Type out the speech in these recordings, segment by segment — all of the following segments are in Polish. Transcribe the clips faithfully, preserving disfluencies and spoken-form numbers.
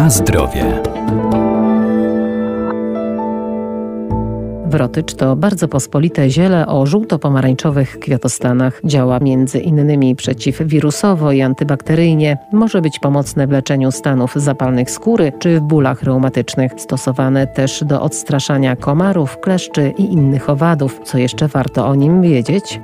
Na zdrowie. Wrotycz to bardzo pospolite ziele o żółto-pomarańczowych kwiatostanach. Działa między innymi przeciwwirusowo i antybakteryjnie. Może być pomocne w leczeniu stanów zapalnych skóry czy w bólach reumatycznych. Stosowane też do odstraszania komarów, kleszczy i innych owadów. Co jeszcze warto o nim wiedzieć?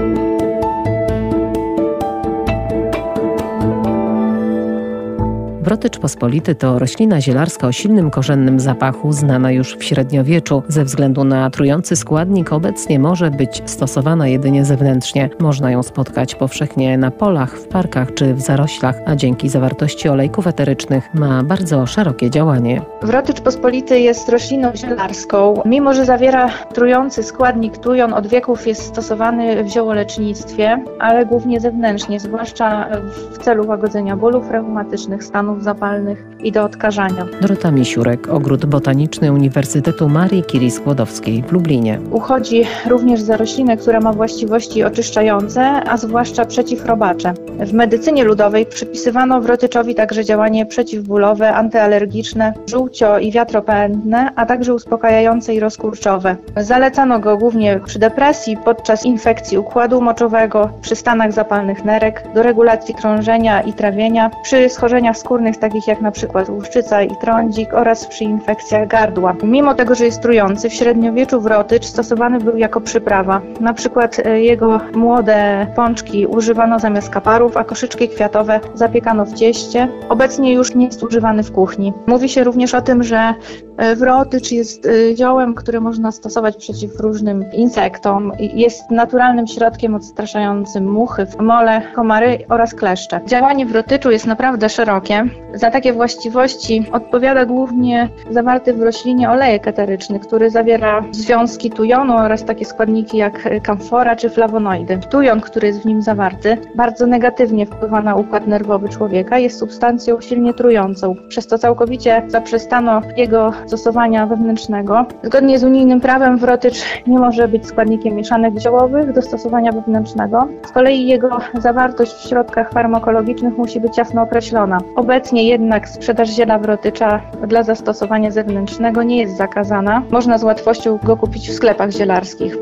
Wrotycz pospolity to roślina zielarska o silnym korzennym zapachu, znana już w średniowieczu. Ze względu na trujący składnik obecnie może być stosowana jedynie zewnętrznie. Można ją spotkać powszechnie na polach, w parkach czy w zaroślach, a dzięki zawartości olejków eterycznych ma bardzo szerokie działanie. Wrotycz pospolity jest rośliną zielarską. Mimo że zawiera trujący składnik tujon, od wieków jest stosowany w ziołolecznictwie, ale głównie zewnętrznie, zwłaszcza w celu łagodzenia bólów reumatycznych, stanów zapalnych i do odkażania. Dorota Misiurek, Ogród Botaniczny Uniwersytetu Marii Curie-Skłodowskiej w Lublinie. Uchodzi również za roślinę, która ma właściwości oczyszczające, a zwłaszcza przeciwchrobacze. W medycynie ludowej przypisywano wrotyczowi także działanie przeciwbólowe, antyalergiczne, żółcio- i wiatropędne, a także uspokajające i rozkurczowe. Zalecano go głównie przy depresji, podczas infekcji układu moczowego, przy stanach zapalnych nerek, do regulacji krążenia i trawienia, przy schorzeniach skórnych takich jak na przykład łuszczyca i trądzik oraz przy infekcjach gardła. Mimo tego, że jest trujący, w średniowieczu wrotycz stosowany był jako przyprawa. Na przykład jego młode pączki używano zamiast kaparów, a koszyczki kwiatowe zapiekano w cieście. Obecnie już nie jest używany w kuchni. Mówi się również o tym, że wrotycz jest ziołem, które można stosować przeciw różnym insektom. Jest naturalnym środkiem odstraszającym muchy, mole, komary oraz kleszcze. Działanie wrotyczu jest naprawdę szerokie. Za takie właściwości odpowiada głównie zawarty w roślinie olejek eteryczny, który zawiera związki tujonu oraz takie składniki jak kamfora czy flawonoidy. Tujon, który jest w nim zawarty, bardzo negatywnie wpływa na układ nerwowy człowieka, jest substancją silnie trującą. Przez to całkowicie zaprzestano jego stosowania wewnętrznego. Zgodnie z unijnym prawem wrotycz nie może być składnikiem mieszanek ziołowych do stosowania wewnętrznego. Z kolei jego zawartość w środkach farmakologicznych musi być jasno określona. Obecnie jednak sprzedaż ziela wrotycza dla zastosowania zewnętrznego nie jest zakazana. Można z łatwością go kupić w sklepach zielarskich.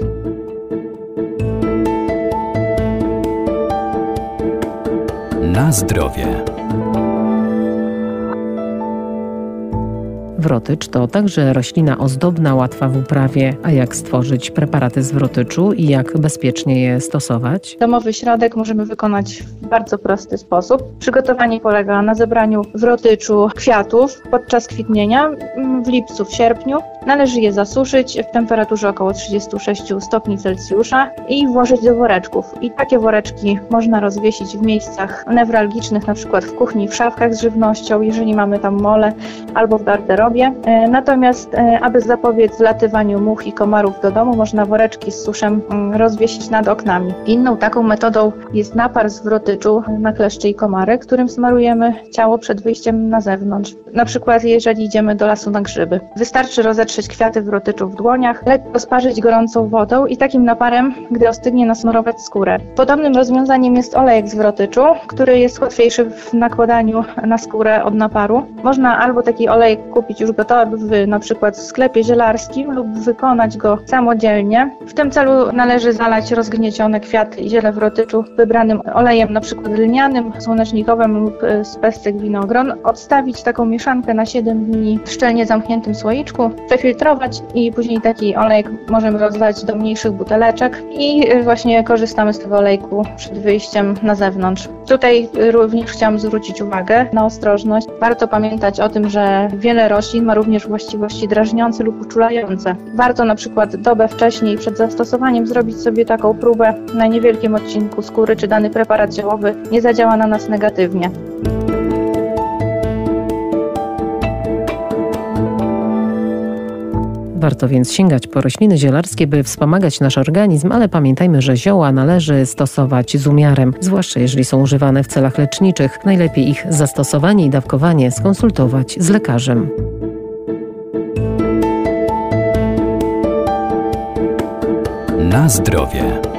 Na zdrowie. Wrotycz to także roślina ozdobna, łatwa w uprawie. A jak stworzyć preparaty z wrotyczu i jak bezpiecznie je stosować? Domowy środek możemy wykonać w bardzo prosty sposób. Przygotowanie polega na zebraniu wrotyczu kwiatów podczas kwitnienia w lipcu, w sierpniu. Należy je zasuszyć w temperaturze około trzydziestu sześciu stopni Celsjusza i włożyć do woreczków. I takie woreczki można rozwiesić w miejscach newralgicznych, na przykład w kuchni, w szafkach z żywnością, jeżeli mamy tam mole, albo w garderobie. Natomiast, aby zapobiec zlatywaniu much i komarów do domu, można woreczki z suszem rozwiesić nad oknami. Inną taką metodą jest napar z wrotyczu na kleszcze i komary, którym smarujemy ciało przed wyjściem na zewnątrz. Na przykład jeżeli idziemy do lasu na grzyby. Wystarczy rozetrzeć kwiaty wrotyczu w dłoniach, lekko sparzyć gorącą wodą i takim naparem, gdy ostygnie, nasmarować skórę. Podobnym rozwiązaniem jest olejek z wrotyczu, który jest łatwiejszy w nakładaniu na skórę od naparu. Można albo taki olejek kupić już gotowy, na przykład w sklepie zielarskim, lub wykonać go samodzielnie. W tym celu należy zalać rozgniecione kwiaty i ziele wrotyczu wybranym olejem, na przykład lnianym, słonecznikowym lub z pestek winogron. Odstawić taką mieszankę na siedem dni w szczelnie zamkniętym słoiczku, przefiltrować i później taki olejek możemy rozlać do mniejszych buteleczek i właśnie korzystamy z tego olejku przed wyjściem na zewnątrz. Tutaj również chciałam zwrócić uwagę na ostrożność. Warto pamiętać o tym, że wiele roślin ma również właściwości drażniące lub uczulające. Warto na przykład dobę wcześniej przed zastosowaniem zrobić sobie taką próbę na niewielkim odcinku skóry, czy dany preparat ziołowy nie zadziała na nas negatywnie. Warto więc sięgać po rośliny zielarskie, by wspomagać nasz organizm, ale pamiętajmy, że zioła należy stosować z umiarem, zwłaszcza jeżeli są używane w celach leczniczych. Najlepiej ich zastosowanie i dawkowanie skonsultować z lekarzem. Na zdrowie.